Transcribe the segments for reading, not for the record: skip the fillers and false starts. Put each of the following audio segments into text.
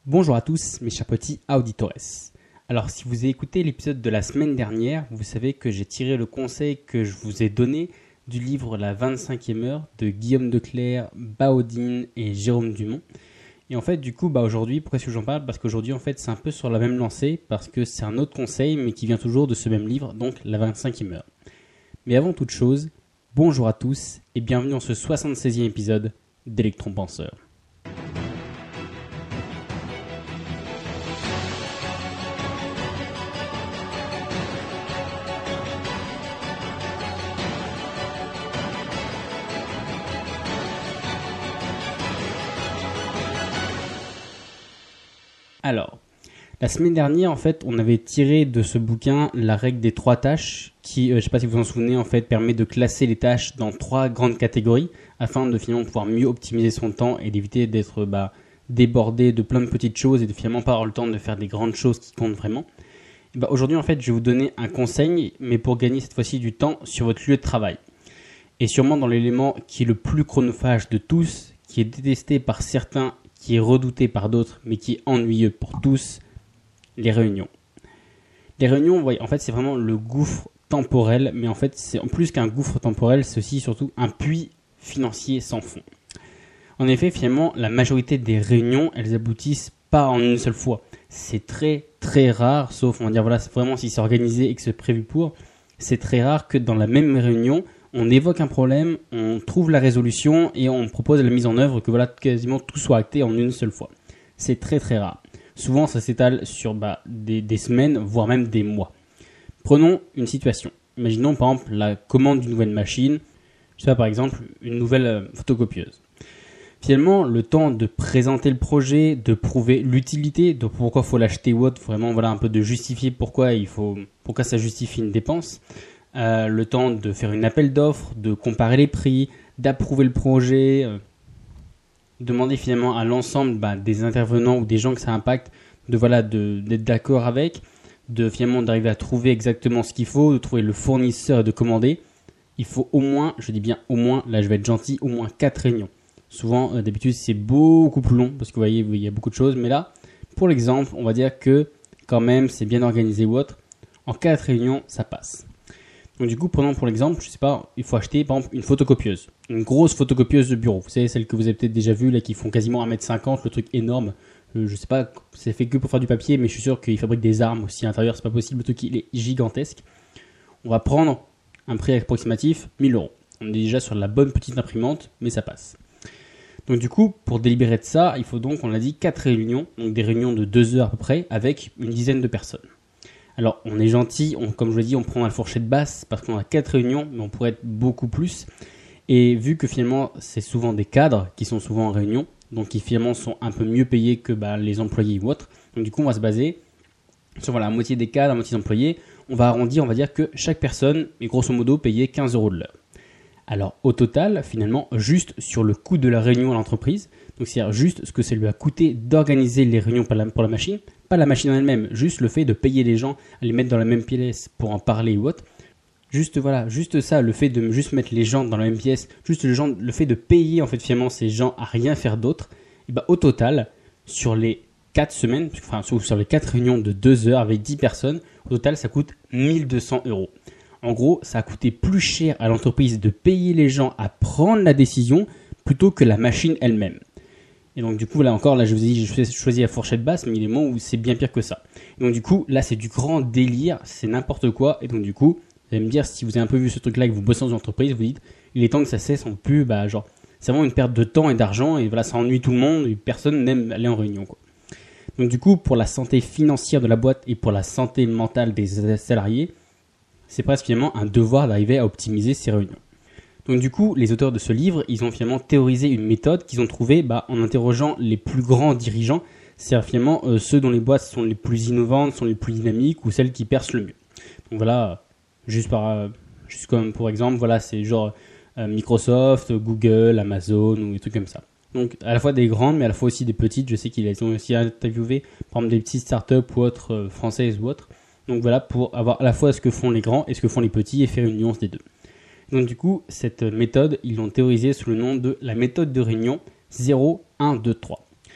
Bonjour à tous mes chers petits auditores. Alors si vous avez écouté l'épisode de la semaine dernière, vous savez que j'ai tiré le conseil que je vous ai donné du livre La 25e heure de Guillaume Declercq, Baudin et Jérôme Dumont. Et en fait du coup aujourd'hui, pourquoi est-ce que j'en parle ? Parce qu'aujourd'hui en fait c'est un peu sur la même lancée, parce que c'est un autre conseil mais qui vient toujours de ce même livre, donc La 25e heure. Mais avant toute chose, bonjour à tous et bienvenue dans ce 76e épisode d'Electron Penseur. Alors, la semaine dernière, en fait, on avait tiré de ce bouquin la règle des 3 tâches qui, je ne sais pas si vous vous en souvenez, en fait, permet de classer les tâches dans 3 grandes catégories afin de finalement pouvoir mieux optimiser son temps et d'éviter d'être débordé de plein de petites choses et de finalement pas avoir le temps de faire des grandes choses qui comptent vraiment. Et aujourd'hui, en fait, je vais vous donner un conseil, mais pour gagner cette fois-ci du temps sur votre lieu de travail. Et sûrement dans l'élément qui est le plus chronophage de tous, qui est détesté par certains, qui est redouté par d'autres, mais qui est ennuyeux pour tous, les réunions. Les réunions, en fait, c'est vraiment le gouffre temporel, mais en fait, c'est en plus qu'un gouffre temporel, c'est aussi surtout un puits financier sans fond. En effet, finalement, la majorité des réunions, elles aboutissent pas en une seule fois. C'est très très rare, sauf, on va dire, voilà, vraiment si c'est organisé et que c'est prévu pour, c'est très rare que dans la même réunion, on évoque un problème, on trouve la résolution et on propose la mise en œuvre, que voilà, quasiment tout soit acté en une seule fois. C'est très très rare. Souvent, ça s'étale sur des semaines, voire même des mois. Prenons une situation. Imaginons par exemple la commande d'une nouvelle machine, je sais pas, par exemple une nouvelle photocopieuse. Finalement, le temps de présenter le projet, de prouver l'utilité, de pourquoi il faut l'acheter ou autre, vraiment voilà un peu de justifier pourquoi ça justifie une dépense. Le temps de faire une appel d'offres, de comparer les prix, d'approuver le projet, demander finalement à l'ensemble des intervenants ou des gens que ça impacte d'être d'accord avec, finalement d'arriver à trouver exactement ce qu'il faut, de trouver le fournisseur et de commander. Il faut au moins, je dis bien au moins, là je vais être gentil, au moins 4 réunions. Souvent, d'habitude c'est beaucoup plus long parce que vous voyez, il y a beaucoup de choses, mais là, pour l'exemple, on va dire que quand même c'est bien organisé ou autre, en 4 réunions ça passe. Donc du coup, prenons pour l'exemple, je sais pas, il faut acheter par exemple une photocopieuse, une grosse photocopieuse de bureau. Vous savez, celle que vous avez peut-être déjà vue, là, qui font quasiment 1m50, le truc énorme. Je sais pas, c'est fait que pour faire du papier, mais je suis sûr qu'ils fabriquent des armes aussi à l'intérieur, c'est pas possible, le truc il est gigantesque. On va prendre un prix approximatif, 1000 €. On est déjà sur la bonne petite imprimante, mais ça passe. Donc du coup, pour délibérer de ça, il faut donc, on l'a dit, 4 réunions, donc des réunions de 2 heures à peu près, avec une dizaine de personnes. Alors, on est gentil, comme je l'ai dit, on prend la fourchette basse parce qu'on a 4 réunions, mais on pourrait être beaucoup plus. Et vu que finalement, c'est souvent des cadres qui sont souvent en réunion, donc qui finalement sont un peu mieux payés que les employés ou autres. Donc du coup, on va se baser sur la moitié des cadres, la moitié des employés. On va arrondir, on va dire que chaque personne est grosso modo payée 15 € de l'heure. Alors, au total, finalement, juste sur le coût de la réunion à l'entreprise, donc c'est-à-dire juste ce que ça lui a coûté d'organiser les réunions pour la machine, pas la machine en elle-même, juste le fait de payer les gens, les mettre dans la même pièce pour en parler ou autre. Juste ça, le fait de juste mettre les gens dans la même pièce, le fait de payer en fait finalement ces gens à rien faire d'autre, et au total, sur les 4 semaines, sur les 4 réunions de 2 heures avec 10 personnes, au total ça coûte 1200 €. En gros, ça a coûté plus cher à l'entreprise de payer les gens à prendre la décision plutôt que la machine elle-même. Et donc du coup, là je vous ai dit, j'ai choisi la fourchette basse, mais il y a des moments où c'est bien pire que ça. Et donc du coup, là c'est du grand délire, c'est n'importe quoi. Et donc du coup, vous allez me dire, si vous avez un peu vu ce truc-là et que vous bossez dans une entreprise, vous dites, il est temps que ça cesse, on peut plus, c'est vraiment une perte de temps et d'argent, et voilà, ça ennuie tout le monde, et personne n'aime aller en réunion, quoi. Donc du coup, pour la santé financière de la boîte et pour la santé mentale des salariés, c'est presque finalement un devoir d'arriver à optimiser ces réunions. Donc du coup, les auteurs de ce livre, ils ont finalement théorisé une méthode qu'ils ont trouvée en interrogeant les plus grands dirigeants, c'est-à-dire finalement ceux dont les boîtes sont les plus innovantes, sont les plus dynamiques ou celles qui percent le mieux. Donc voilà, juste comme pour exemple, voilà, c'est genre Microsoft, Google, Amazon ou des trucs comme ça. Donc à la fois des grandes, mais à la fois aussi des petites. Je sais qu'ils ont aussi interviewé par exemple des petites startups ou autres françaises ou autres. Donc voilà, pour avoir à la fois ce que font les grands et ce que font les petits et faire une nuance des deux. Donc du coup, cette méthode, ils l'ont théorisée sous le nom de la méthode de réunion 0, 1, 2, 3.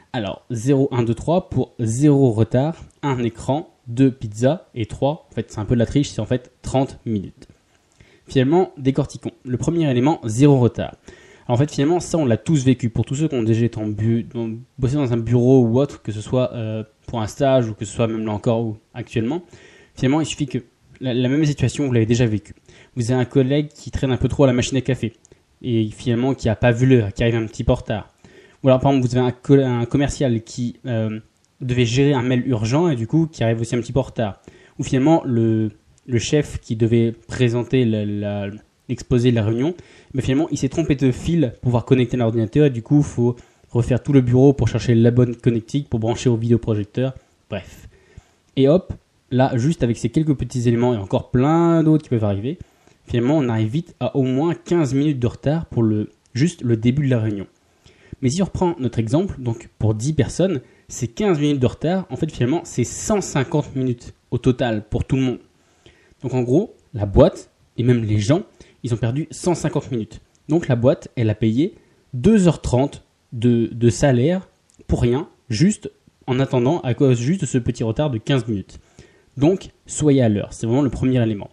Alors 0, 1, 2, 3 pour 0 retard, 1 écran, 2 pizzas et 3, en fait c'est un peu de la triche, c'est en fait 30 minutes. Finalement, décortiquons. Le premier élément, 0 retard. Alors en fait finalement ça on l'a tous vécu. Pour tous ceux qui ont déjà été bossé dans un bureau ou autre, que ce soit pour un stage ou que ce soit même là encore ou actuellement, finalement il suffit que la même situation vous l'avez déjà vécu. Vous avez un collègue qui traîne un peu trop à la machine à café et finalement qui n'a pas vu l'heure, qui arrive un petit peu en retard. Ou alors par exemple vous avez un commercial qui devait gérer un mail urgent et du coup qui arrive aussi un petit peu en retard. Ou finalement le chef qui devait présenter l'exposé de la réunion, mais finalement il s'est trompé de fil pour pouvoir connecter l'ordinateur et du coup il faut refaire tout le bureau pour chercher la bonne connectique pour brancher au vidéoprojecteur. Bref. Et hop, là juste avec ces quelques petits éléments et encore plein d'autres qui peuvent arriver, finalement on arrive vite à au moins 15 minutes de retard pour juste le début de la réunion. Mais si on reprend notre exemple, donc pour 10 personnes, c'est 15 minutes de retard, en fait finalement c'est 150 minutes au total pour tout le monde. Donc en gros, la boîte et même les gens, ils ont perdu 150 minutes. Donc la boîte, elle a payé 2h30 de salaire pour rien, juste en attendant à cause juste de ce petit retard de 15 minutes. Donc soyez à l'heure, c'est vraiment le premier élément.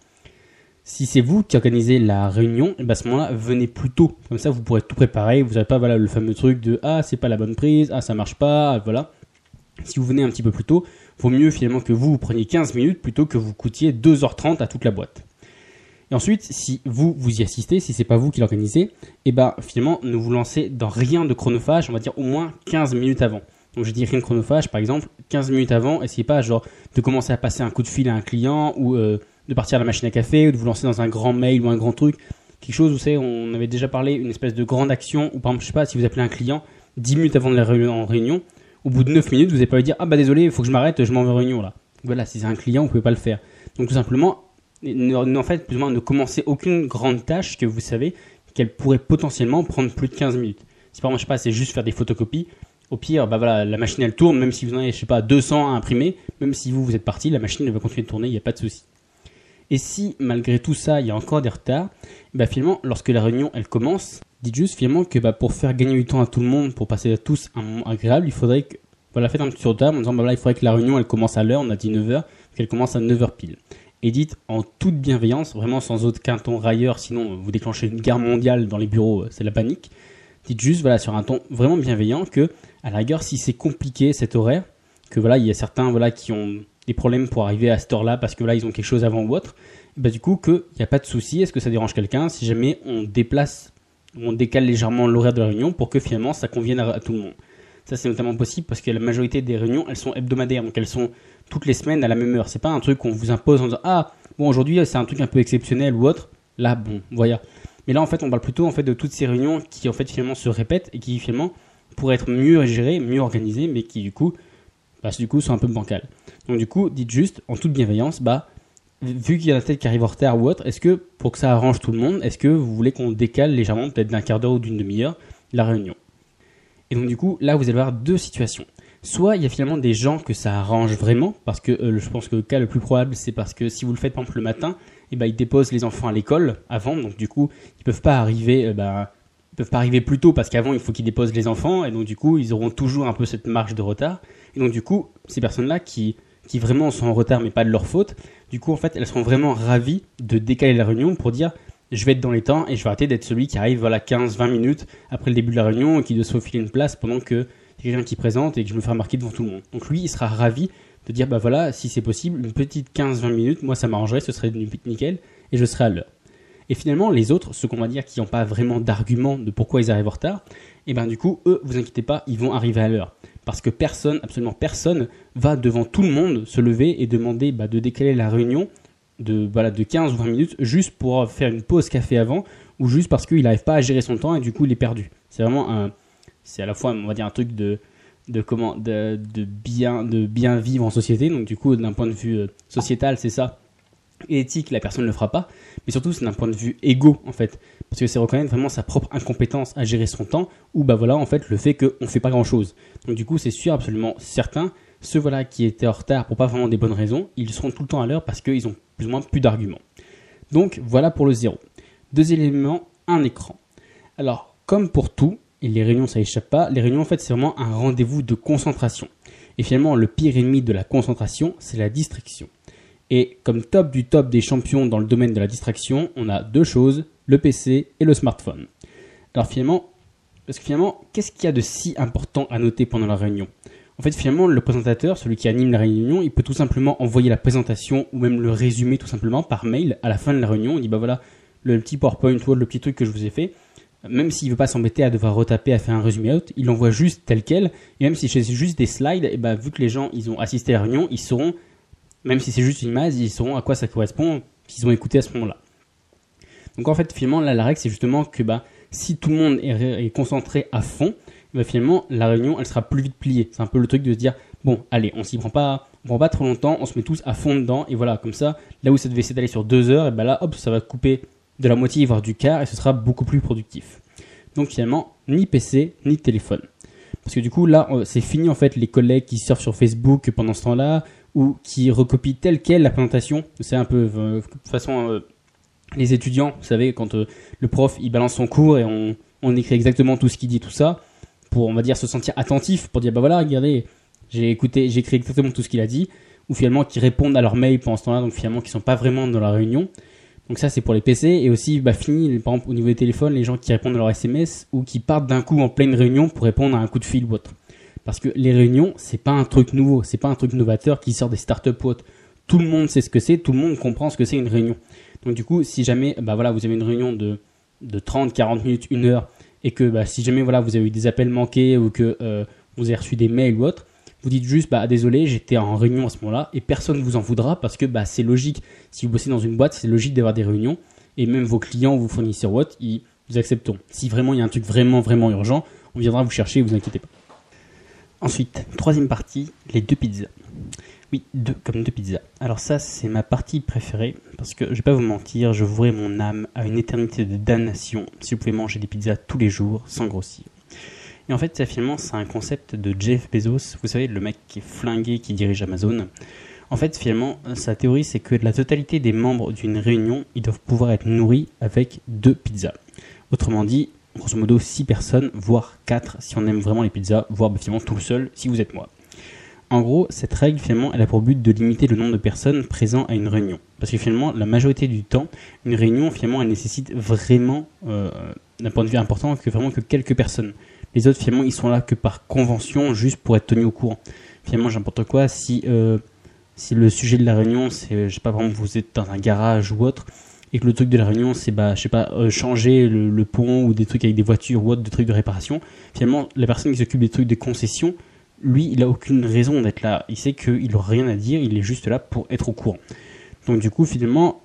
Si c'est vous qui organisez la réunion, et à ce moment-là, venez plus tôt. Comme ça, vous pourrez tout préparer. Vous n'avez pas le fameux truc de « Ah, c'est pas la bonne prise, ah, ça marche pas, voilà ». Si vous venez un petit peu plus tôt, vaut mieux finalement que vous preniez 15 minutes plutôt que vous coûtiez 2h30 à toute la boîte. Et ensuite, si vous y assistez, si c'est pas vous qui l'organisez, finalement, ne vous lancez dans rien de chronophage, on va dire au moins 15 minutes avant. Donc je dis rien de chronophage, par exemple, 15 minutes avant, essayez pas de commencer à passer un coup de fil à un client ou de partir à la machine à café ou de vous lancer dans un grand mail ou un grand truc. Quelque chose, vous savez, on avait déjà parlé, une espèce de grande action, ou par exemple, je sais pas, si vous appelez un client 10 minutes avant de la réunion, au bout de 9 minutes, vous n'allez pas lui dire « Ah bah désolé, il faut que je m'arrête, je m'en vais en réunion là ». Voilà, si c'est un client, vous ne pouvez pas le faire. Donc tout simplement, en fait, plus ou moins, ne commencez aucune grande tâche que vous savez qu'elle pourrait potentiellement prendre plus de 15 minutes. Si par exemple, je sais pas, c'est juste faire des photocopies, au pire, la machine elle tourne, même si vous en avez, je sais pas, 200 à imprimer, même si vous êtes parti, la machine elle va continuer de tourner, il n'y a pas de souci. Et si, malgré tout ça, il y a encore des retards, finalement, lorsque la réunion elle commence, dites juste finalement que pour faire gagner du temps à tout le monde, pour passer à tous un moment agréable, il faudrait que, faites un petit retard en disant, il faudrait que la réunion elle commence à l'heure, on a dit 9h, qu'elle commence à 9h pile. Et dites en toute bienveillance, vraiment sans aucun ton railleur, sinon vous déclenchez une guerre mondiale dans les bureaux, c'est la panique. Dites juste, sur un ton vraiment bienveillant que, à la rigueur, si c'est compliqué cet horaire, que il y a certains qui ont des problèmes pour arriver à cette heure-là parce que ils ont quelque chose avant ou autre, du coup, qu'il n'y a pas de souci. Est-ce que ça dérange quelqu'un si jamais on décale légèrement l'horaire de la réunion pour que finalement ça convienne à tout le monde. Ça, c'est notamment possible parce que la majorité des réunions, elles sont hebdomadaires, donc elles sont toutes les semaines à la même heure. C'est pas un truc qu'on vous impose en disant aujourd'hui c'est un truc un peu exceptionnel ou autre. Là, voilà. Mais là, en fait, on parle plutôt de toutes ces réunions qui, en fait, finalement se répètent et qui, finalement, pourraient être mieux gérées, mieux organisées, mais qui, du coup, sont un peu bancales. Donc, du coup, dites juste, en toute bienveillance, vu qu'il y en a peut-être qui arrivent en retard ou autre, est-ce que, pour que ça arrange tout le monde, est-ce que vous voulez qu'on décale légèrement, peut-être d'un quart d'heure ou d'une demi-heure, la réunion ? Et donc, du coup, là, vous allez avoir deux situations. Soit il y a finalement des gens que ça arrange vraiment, parce que je pense que le cas le plus probable, c'est parce que si vous le faites par exemple le matin, ils déposent les enfants à l'école avant, donc du coup ils peuvent pas arriver plus tôt parce qu'avant il faut qu'ils déposent les enfants et donc du coup ils auront toujours un peu cette marge de retard. Et donc du coup ces personnes-là qui vraiment sont en retard mais pas de leur faute, du coup en fait elles seront vraiment ravies de décaler la réunion pour dire je vais être dans les temps et je vais arrêter d'être celui qui arrive 15-20 minutes après le début de la réunion et qui doit se faufiler une place pendant que quelqu'un qui présente et que je me fais remarquer devant tout le monde. Donc lui, il sera ravi de dire, si c'est possible, une petite 15-20 minutes, moi ça m'arrangerait, ce serait nickel, et je serai à l'heure. Et finalement, les autres, ceux qu'on va dire qui n'ont pas vraiment d'argument de pourquoi ils arrivent en retard, du coup, eux, vous inquiétez pas, ils vont arriver à l'heure. Parce que personne, absolument personne, va devant tout le monde se lever et demander de décaler la réunion de 15 ou 20 minutes juste pour faire une pause café avant, ou juste parce qu'il n'arrive pas à gérer son temps et du coup il est perdu. C'est vraiment c'est à la fois, on va dire, un truc de bien vivre en société. Donc du coup, d'un point de vue sociétal, c'est ça. Et éthique, la personne ne le fera pas. Mais surtout, c'est d'un point de vue égo, en fait. Parce que c'est reconnaître vraiment sa propre incompétence à gérer son temps, ou en fait, le fait qu'on ne fait pas grand-chose. Donc du coup, c'est sûr, absolument certain, ceux qui étaient en retard pour pas vraiment des bonnes raisons, ils seront tout le temps à l'heure parce qu'ils ont plus ou moins plus d'arguments. Donc voilà pour le 0. Deuxième élément, un écran. Alors, comme pour tout, et les réunions ça échappe pas. Les réunions en fait c'est vraiment un rendez-vous de concentration. Et finalement le pire ennemi de la concentration c'est la distraction. Et comme top du top des champions dans le domaine de la distraction, on a deux choses, le PC et le smartphone. Alors finalement, qu'est-ce qu'il y a de si important à noter pendant la réunion ? En fait, finalement, le présentateur, celui qui anime la réunion, il peut tout simplement envoyer la présentation ou même le résumé tout simplement par mail à la fin de la réunion. Il dit, bah voilà, le petit PowerPoint ou le petit truc que je vous ai fait. Même s'il ne veut pas s'embêter à devoir retaper, à faire un résumé out, il l'envoie juste tel quel. Et même si c'est juste des slides, et bah, vu que les gens ils ont assisté à la réunion, ils sauront, même si c'est juste une image, ils sauront à quoi ça correspond, qu'ils ont écouté à ce moment-là. Donc en fait, finalement, là, la règle, c'est justement que si tout le monde est concentré à fond, finalement, la réunion, elle sera plus vite pliée. C'est un peu le truc de se dire, bon, allez, on s'y prend pas trop longtemps, on se met tous à fond dedans, et voilà, comme ça, là où ça devait s'étaler sur 2 heures, et là, hop, ça va couper de la moitié, voire du quart, et ce sera beaucoup plus productif. Donc finalement, ni PC, ni téléphone. Parce que du coup, là, c'est fini en fait les collègues qui surfent sur Facebook pendant ce temps-là, ou qui recopient telle quelle la présentation. C'est un peu, de toute façon, les étudiants, vous savez, quand le prof, il balance son cours et on écrit exactement tout ce qu'il dit, tout ça, pour, on va dire, se sentir attentif, pour dire, bah voilà, regardez, j'ai écouté, j'ai écrit exactement tout ce qu'il a dit, ou finalement qui répondent à leur mail pendant ce temps-là, donc finalement qui sont pas vraiment dans la réunion. Donc ça c'est pour les PC, et aussi fini, par exemple au niveau des téléphones, les gens qui répondent à leur SMS, ou qui partent d'un coup en pleine réunion pour répondre à un coup de fil ou autre. Parce que les réunions, c'est pas un truc nouveau, c'est pas un truc novateur qui sort des startups ou autre. Tout le monde sait ce que c'est, tout le monde comprend ce que c'est une réunion. Donc du coup, si jamais vous avez une réunion de 30, 40 minutes, 1 heure, et que si jamais vous avez eu des appels manqués ou que vous avez reçu des mails ou autre, vous dites juste désolé, j'étais en réunion à ce moment-là, et personne ne vous en voudra parce que c'est logique. Si vous bossez dans une boîte, c'est logique d'avoir des réunions, et même vos clients ou vos fournisseurs ou autres, ils vous accepteront. Si vraiment il y a un truc vraiment, vraiment urgent, on viendra vous chercher, vous inquiétez pas. Ensuite, troisième partie, les 2 pizzas. Oui, comme 2 pizzas. Alors ça, c'est ma partie préférée, parce que je vais pas vous mentir, je vouerai mon âme à une éternité de damnation si vous pouvez manger des pizzas tous les jours sans grossir. Et en fait, finalement, c'est un concept de Jeff Bezos, vous savez, le mec qui est flingué, qui dirige Amazon. En fait, finalement, sa théorie, c'est que la totalité des membres d'une réunion, ils doivent pouvoir être nourris avec 2 pizzas. Autrement dit, grosso modo, 6 personnes, voire 4, si on aime vraiment les pizzas, voire finalement tout seul, si vous êtes moi. En gros, cette règle, finalement, elle a pour but de limiter le nombre de personnes présentes à une réunion. Parce que finalement, la majorité du temps, une réunion, finalement, elle nécessite vraiment, d'un point de vue important, que quelques personnes. Les autres, finalement, ils sont là que par convention, juste pour être tenus au courant. Finalement, n'importe quoi, si le sujet de la réunion, c'est, je sais pas, par exemple, vous êtes dans un garage ou autre, et que le truc de la réunion, c'est, changer le pont ou des trucs avec des voitures ou autre, des trucs de réparation, finalement, la personne qui s'occupe des trucs de concession, lui, il a aucune raison d'être là. Il sait qu'il n'aura rien à dire, il est juste là pour être au courant. Donc du coup, finalement,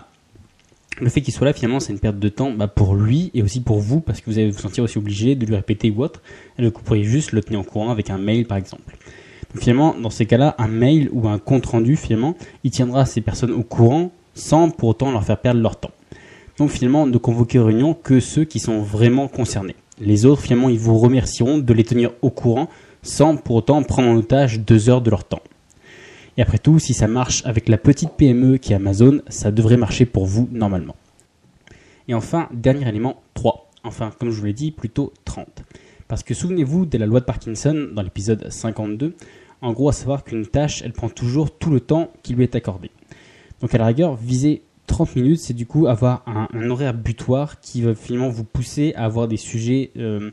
le fait qu'il soit là, finalement, c'est une perte de temps pour lui et aussi pour vous, parce que vous allez vous sentir aussi obligé de lui répéter ou autre, et vous pourriez juste le tenir au courant avec un mail, par exemple. Donc finalement, dans ces cas-là, un mail ou un compte-rendu, finalement, il tiendra ces personnes au courant sans pour autant leur faire perdre leur temps. Donc finalement, ne convoquez aux réunions que ceux qui sont vraiment concernés. Les autres, finalement, ils vous remercieront de les tenir au courant sans pour autant prendre en otage 2 heures de leur temps. Et après tout, si ça marche avec la petite PME qui est Amazon, ça devrait marcher pour vous normalement. Et enfin, dernier élément, 3. Enfin, comme je vous l'ai dit, plutôt 30. Parce que souvenez-vous de la loi de Parkinson dans l'épisode 52, en gros à savoir qu'une tâche, elle prend toujours tout le temps qui lui est accordé. Donc à la rigueur, viser 30 minutes, c'est du coup avoir un horaire butoir qui va finalement vous pousser à avoir des sujets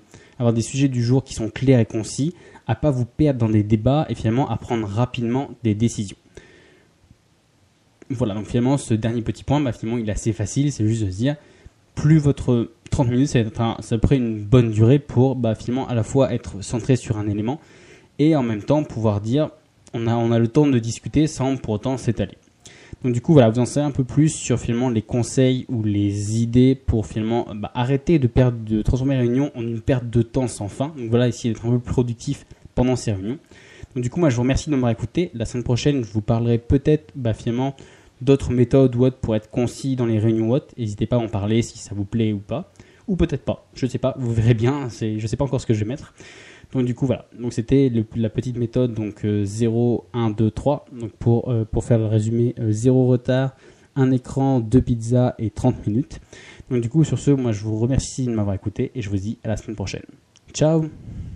du jour qui sont clairs et concis, à pas vous perdre dans des débats et finalement à prendre rapidement des décisions. Voilà, donc finalement ce dernier petit point, finalement il est assez facile, c'est juste de se dire, plus votre 30 minutes, ça va être à peu près une bonne durée pour finalement à la fois être centré sur un élément et en même temps pouvoir dire, on a le temps de discuter sans pour autant s'étaler. Donc du coup, voilà, vous en savez un peu plus sur finalement les conseils ou les idées pour finalement arrêter de transformer la réunion en une perte de temps sans fin. Donc voilà, essayer d'être un peu plus productif pendant ces réunions. Donc du coup, moi je vous remercie de m'avoir écouté. La semaine prochaine, je vous parlerai peut-être finalement d'autres méthodes ou autres pour être concis dans les réunions ou autres. N'hésitez pas à en parler si ça vous plaît ou pas. Ou peut-être pas, je ne sais pas, vous verrez bien, je ne sais pas encore ce que je vais mettre. Donc du coup voilà, donc c'était la petite méthode 0, 1, 2, 3 donc pour faire le résumé 0 retard, 1 écran, 2 pizzas et 30 minutes. Donc du coup sur ce, moi je vous remercie de m'avoir écouté et je vous dis à la semaine prochaine. Ciao.